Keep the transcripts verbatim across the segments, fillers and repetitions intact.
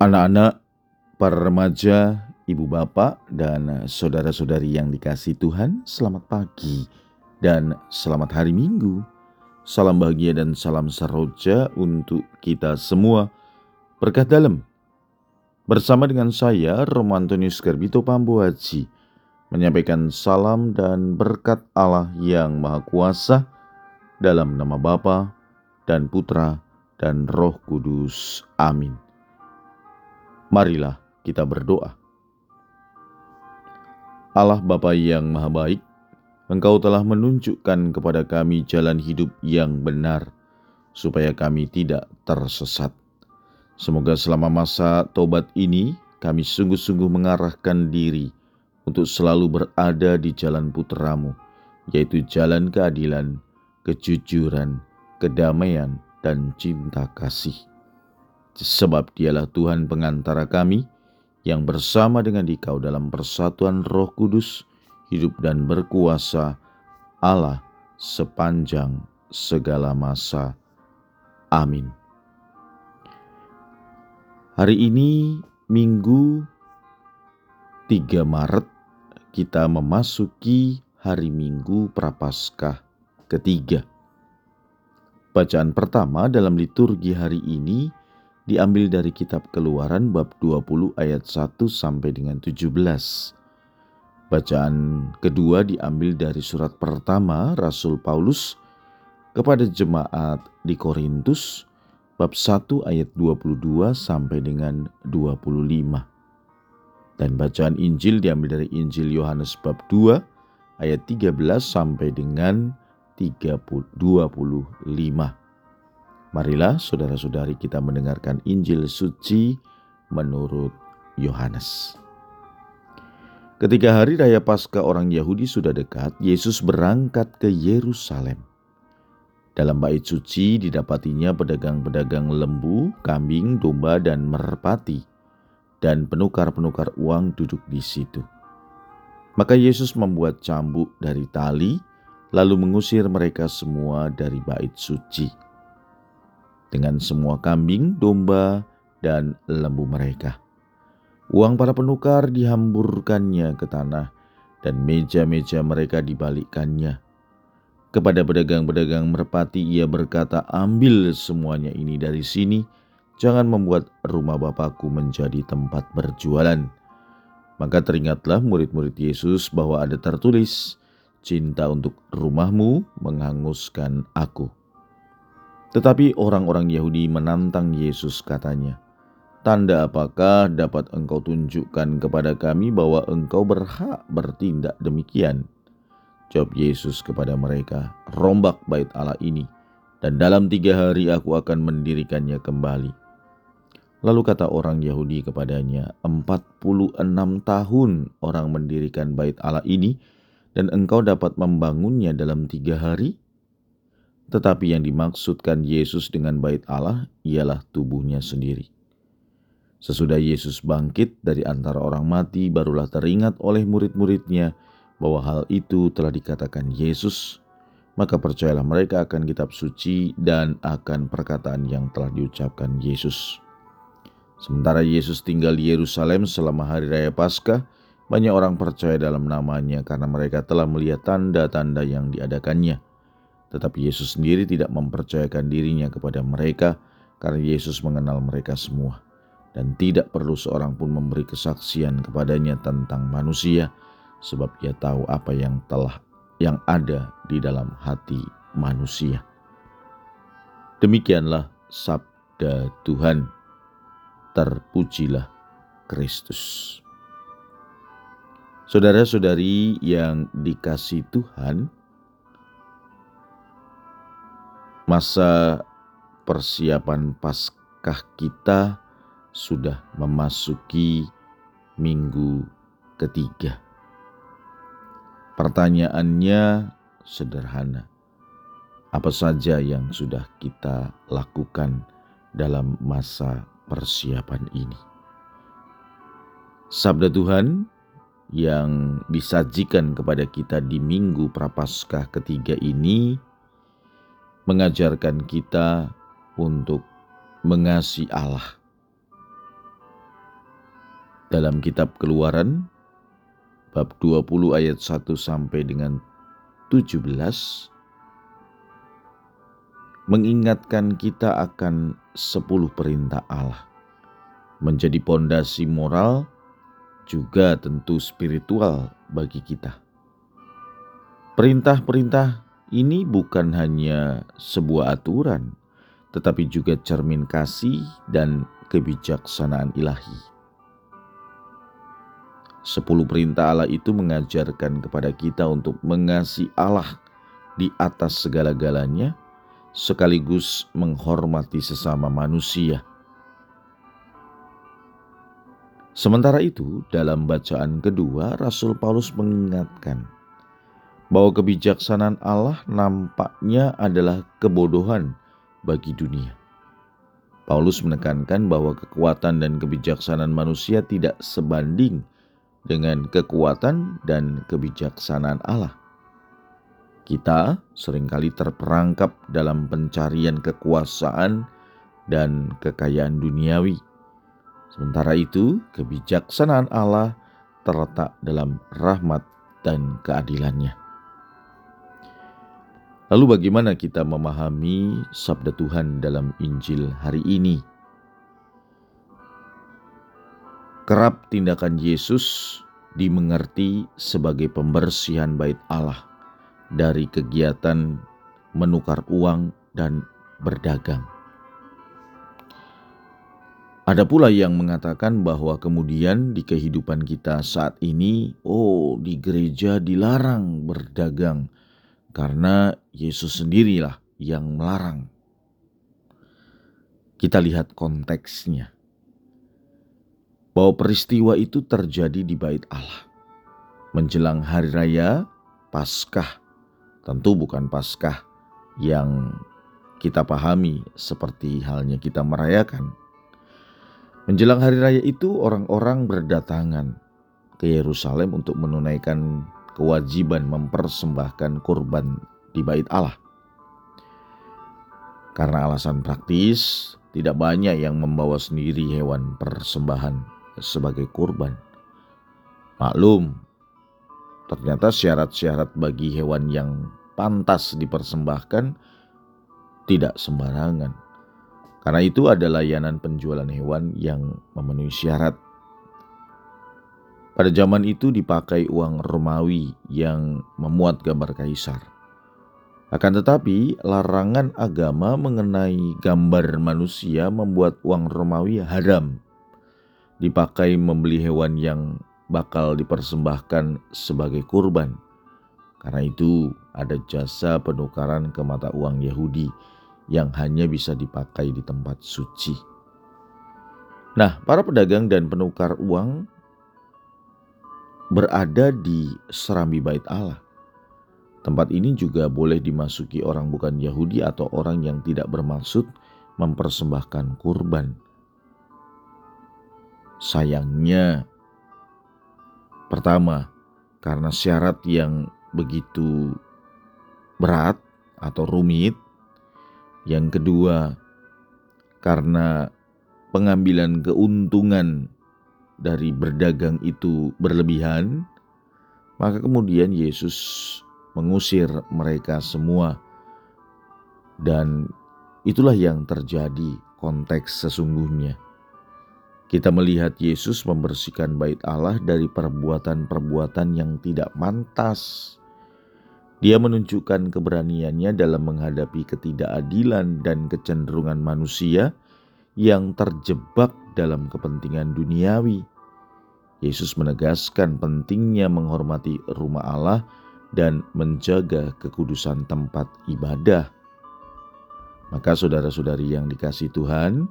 Anak-anak, para remaja, ibu bapak, dan saudara-saudari yang dikasihi Tuhan, selamat pagi dan selamat hari Minggu. Salam bahagia dan salam saroja untuk kita semua. Berkah dalam. Bersama dengan saya, Romo Antonius Garbito Pambuaji, menyampaikan salam dan berkat Allah yang Maha Kuasa dalam nama Bapa dan Putra dan Roh Kudus. Amin. Marilah kita berdoa. Allah Bapa yang Maha Baik, Engkau telah menunjukkan kepada kami jalan hidup yang benar, supaya kami tidak tersesat. Semoga selama masa tobat ini, kami sungguh-sungguh mengarahkan diri untuk selalu berada di jalan putra-Mu, yaitu jalan keadilan, kejujuran, kedamaian, dan cinta kasih. Sebab Dialah Tuhan pengantara kami, yang bersama dengan Dikau dalam persatuan Roh Kudus, hidup dan berkuasa Allah sepanjang segala masa. Amin. Hari ini Minggu tiga Maret, kita memasuki hari Minggu Prapaskah ketiga. Bacaan pertama dalam liturgi hari ini diambil dari kitab Keluaran bab dua puluh ayat satu sampai dengan tujuh belas. Bacaan kedua diambil dari surat pertama Rasul Paulus kepada jemaat di Korintus bab satu ayat dua puluh dua sampai dengan dua puluh lima. Dan bacaan Injil diambil dari Injil Yohanes bab dua ayat tiga belas sampai dengan dua puluh lima. Marilah saudara-saudari kita mendengarkan Injil suci menurut Yohanes. Ketika hari raya Paskah orang Yahudi sudah dekat, Yesus berangkat ke Yerusalem. Dalam bait suci didapatinya pedagang-pedagang lembu, kambing, domba, dan merpati, dan penukar-penukar uang duduk di situ. Maka Yesus membuat cambuk dari tali, lalu mengusir mereka semua dari bait suci, dengan semua kambing, domba, dan lembu mereka. Uang para penukar dihamburkannya ke tanah, dan meja-meja mereka dibalikkannya. Kepada pedagang-pedagang merpati ia berkata, "Ambil semuanya ini dari sini, jangan membuat rumah Bapakku menjadi tempat berjualan." Maka teringatlah murid-murid Yesus bahwa ada tertulis, "Cinta untuk rumahmu menghanguskan aku." Tetapi orang-orang Yahudi menantang Yesus, katanya, "Tanda apakah dapat engkau tunjukkan kepada kami bahwa engkau berhak bertindak demikian?" Jawab Yesus kepada mereka, "Rombak bait Allah ini, dan dalam tiga hari aku akan mendirikannya kembali." Lalu kata orang Yahudi kepadanya, empat puluh enam tahun orang mendirikan bait Allah ini, dan engkau dapat membangunnya dalam tiga hari? Tetapi yang dimaksudkan Yesus dengan bait Allah ialah tubuhnya sendiri. Sesudah Yesus bangkit dari antara orang mati, barulah teringat oleh murid-muridnya bahwa hal itu telah dikatakan Yesus. Maka percayalah mereka akan kitab suci dan akan perkataan yang telah diucapkan Yesus. Sementara Yesus tinggal di Yerusalem selama hari raya Paskah, banyak orang percaya dalam namanya karena mereka telah melihat tanda-tanda yang diadakannya. Tetapi Yesus sendiri tidak mempercayakan dirinya kepada mereka karena Yesus mengenal mereka semua. Dan tidak perlu seorang pun memberi kesaksian kepadanya tentang manusia, sebab ia tahu apa yang telah yang ada di dalam hati manusia. Demikianlah sabda Tuhan. Terpujilah Kristus. Saudara-saudari yang dikasihi Tuhan, masa persiapan Paskah kita sudah memasuki minggu ketiga. Pertanyaannya sederhana. Apa saja yang sudah kita lakukan dalam masa persiapan ini? Sabda Tuhan yang disajikan kepada kita di Minggu Prapaskah ketiga ini mengajarkan kita untuk mengasihi Allah, Dalam kitab Keluaran bab dua puluh ayat satu sampai dengan tujuh belas mengingatkan kita akan sepuluh perintah Allah, menjadi pondasi moral juga tentu spiritual bagi kita. Perintah-perintah ini bukan hanya sebuah aturan, tetapi juga cermin kasih dan kebijaksanaan ilahi. Sepuluh perintah Allah itu mengajarkan kepada kita untuk mengasihi Allah di atas segala-galanya, sekaligus menghormati sesama manusia. Sementara itu, dalam bacaan kedua, Rasul Paulus mengingatkan bahwa kebijaksanaan Allah nampaknya adalah kebodohan bagi dunia. Paulus menekankan bahwa kekuatan dan kebijaksanaan manusia tidak sebanding dengan kekuatan dan kebijaksanaan Allah. Kita seringkali terperangkap dalam pencarian kekuasaan dan kekayaan duniawi. Sementara itu, kebijaksanaan Allah terletak dalam rahmat dan keadilannya. Lalu bagaimana kita memahami sabda Tuhan dalam Injil hari ini? Kerap tindakan Yesus dimengerti sebagai pembersihan bait Allah dari kegiatan menukar uang dan berdagang. Ada pula yang mengatakan bahwa kemudian di kehidupan kita saat ini, oh di gereja dilarang berdagang karena Yesus sendirilah yang melarang. Kita lihat konteksnya. Bahwa peristiwa itu terjadi di bait Allah. Menjelang hari raya Paskah. Tentu bukan Paskah yang kita pahami seperti halnya kita merayakan. Menjelang hari raya itu orang-orang berdatangan ke Yerusalem untuk menunaikan kewajiban mempersembahkan kurban di bait Allah. Karena alasan praktis, tidak banyak yang membawa sendiri hewan persembahan sebagai kurban. Maklum, ternyata syarat-syarat bagi hewan yang pantas dipersembahkan tidak sembarangan. Karena itu ada layanan penjualan hewan yang memenuhi syarat. Pada zaman itu dipakai uang Romawi yang memuat gambar kaisar. Akan tetapi larangan agama mengenai gambar manusia membuat uang Romawi haram dipakai membeli hewan yang bakal dipersembahkan sebagai kurban. Karena itu ada jasa penukaran ke mata uang Yahudi yang hanya bisa dipakai di tempat suci. Nah, para pedagang dan penukar uang berada di serambi bait Allah. Tempat ini juga boleh dimasuki orang bukan Yahudi atau orang yang tidak bermaksud mempersembahkan kurban. Sayangnya, pertama, karena syarat yang begitu berat atau rumit. Yang kedua, karena pengambilan keuntungan dari berdagang itu berlebihan, maka kemudian Yesus mengusir mereka semua. Dan itulah yang terjadi konteks sesungguhnya. Kita melihat Yesus membersihkan bait Allah dari perbuatan-perbuatan yang tidak pantas. Dia menunjukkan keberaniannya dalam menghadapi ketidakadilan dan kecenderungan manusia yang terjebak dalam kepentingan duniawi. Yesus menegaskan pentingnya menghormati rumah Allah dan menjaga kekudusan tempat ibadah. Maka saudara-saudari yang dikasihi Tuhan,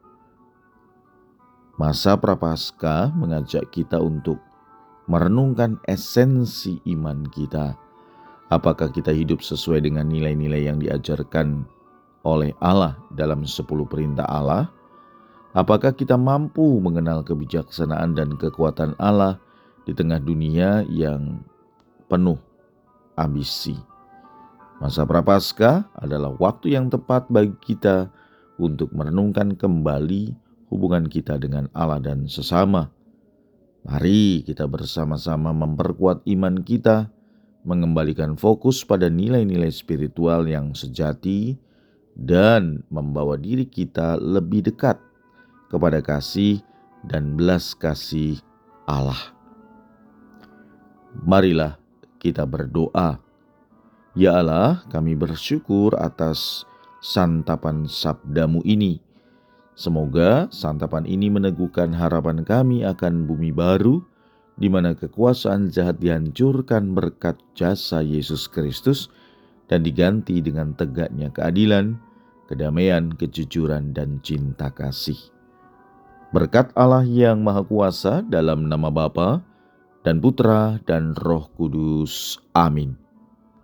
masa Prapaskah mengajak kita untuk merenungkan esensi iman kita. Apakah kita hidup sesuai dengan nilai-nilai yang diajarkan oleh Allah dalam sepuluh perintah Allah? Apakah kita mampu mengenal kebijaksanaan dan kekuatan Allah di tengah dunia yang penuh ambisi? Masa Prapaskah adalah waktu yang tepat bagi kita untuk merenungkan kembali hubungan kita dengan Allah dan sesama. Mari kita bersama-sama memperkuat iman kita, mengembalikan fokus pada nilai-nilai spiritual yang sejati, dan membawa diri kita lebih dekat kepada kasih dan belas kasih Allah. Marilah kita berdoa. Ya Allah, kami bersyukur atas santapan sabda-Mu ini. Semoga santapan ini meneguhkan harapan kami akan bumi baru, di mana kekuasaan jahat dihancurkan berkat jasa Yesus Kristus dan diganti dengan tegaknya keadilan, kedamaian, kejujuran, dan cinta kasih. Berkat Allah yang Maha Kuasa, dalam nama Bapa dan Putra dan Roh Kudus. Amin.